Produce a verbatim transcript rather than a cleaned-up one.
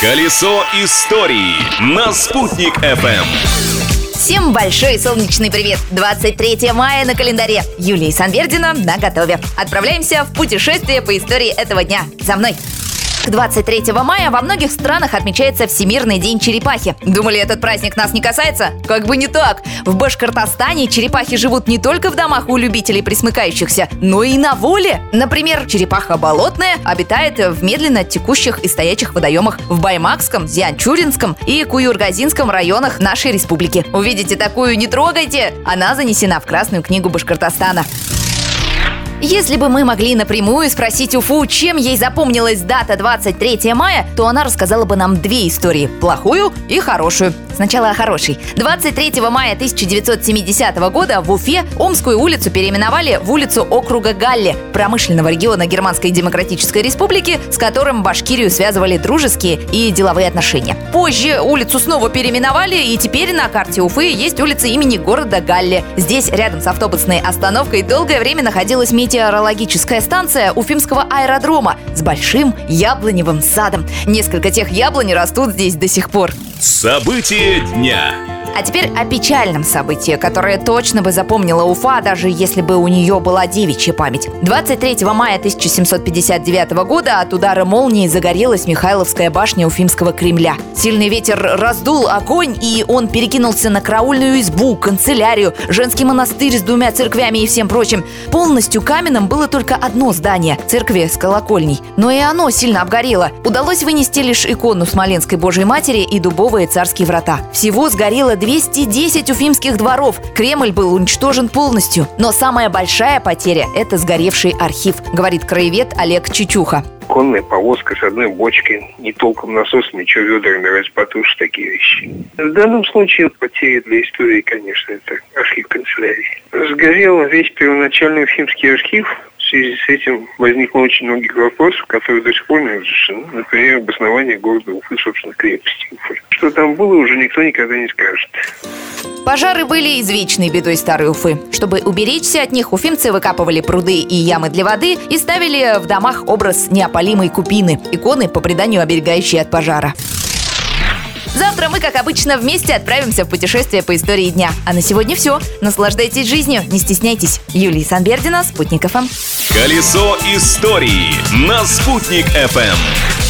Колесо истории на Спутник эф эм. Всем большой солнечный привет! двадцать третьего мая на календаре. Юлия Санвердина наготове. Отправляемся в путешествие по истории этого дня. За мной! двадцать третьего мая во многих странах отмечается Всемирный день черепахи. Думали, этот праздник нас не касается? Как бы не так. В Башкортостане черепахи живут не только в домах у любителей пресмыкающихся, но и на воле. Например, черепаха болотная обитает в медленно текущих и стоячих водоемах в Баймакском, Зианчуринском и Куюргазинском районах нашей республики. Увидите такую, не трогайте! Она занесена в Красную книгу Башкортостана. Если бы мы могли напрямую спросить Уфу, чем ей запомнилась дата двадцать третьего мая, то она рассказала бы нам две истории – плохую и хорошую. Сначала о хорошей. двадцать третьего мая тысяча девятьсот семидесятого года в Уфе Омскую улицу переименовали в улицу округа Галле, промышленного региона Германской Демократической Республики, с которым Башкирию связывали дружеские и деловые отношения. Позже улицу снова переименовали, и теперь на карте Уфы есть улица имени города Галле. Здесь, рядом с автобусной остановкой, долгое время находилась метеорологическая станция Уфимского аэродрома с большим яблоневым садом. Несколько тех яблонь растут здесь до сих пор. События дня. А теперь о печальном событии, которое точно бы запомнила Уфа, даже если бы у нее была девичья память. двадцать третьего мая тысяча семьсот пятьдесят девятого года от удара молнии загорелась Михайловская башня Уфимского Кремля. Сильный ветер раздул огонь, и он перекинулся на караульную избу, канцелярию, женский монастырь с двумя церквями и всем прочим. Полностью каменным было только одно здание – церкви с колокольней. Но и оно сильно обгорело. Удалось вынести лишь икону Смоленской Божией Матери и дубовые царские врата. Всего сгорело двести десять уфимских дворов. Кремль был уничтожен полностью. Но самая большая потеря – это сгоревший архив, говорит краевед Олег Чучуха. Конная повозка с одной бочкой, не толком насосом, ничего ведрами, раз потушишь, такие вещи. В данном случае потеря для истории, конечно, это архив канцелярии. Сгорел весь первоначальный уфимский архив. В связи с этим возникло очень многих вопросов, которые до сих пор не разрешены. Например, обоснование города Уфы, собственно, крепости Уфы. Что там было, уже никто никогда не скажет. Пожары были извечной бедой старой Уфы. Чтобы уберечься от них, уфимцы выкапывали пруды и ямы для воды и ставили в домах образ неопалимой купины, иконы, по преданию оберегающие от пожара. Завтра мы, как обычно, вместе отправимся в путешествие по истории дня. А на сегодня все. Наслаждайтесь жизнью, не стесняйтесь. Юлия Санвердина, Спутник эф эм. Колесо истории на Спутник эф эм.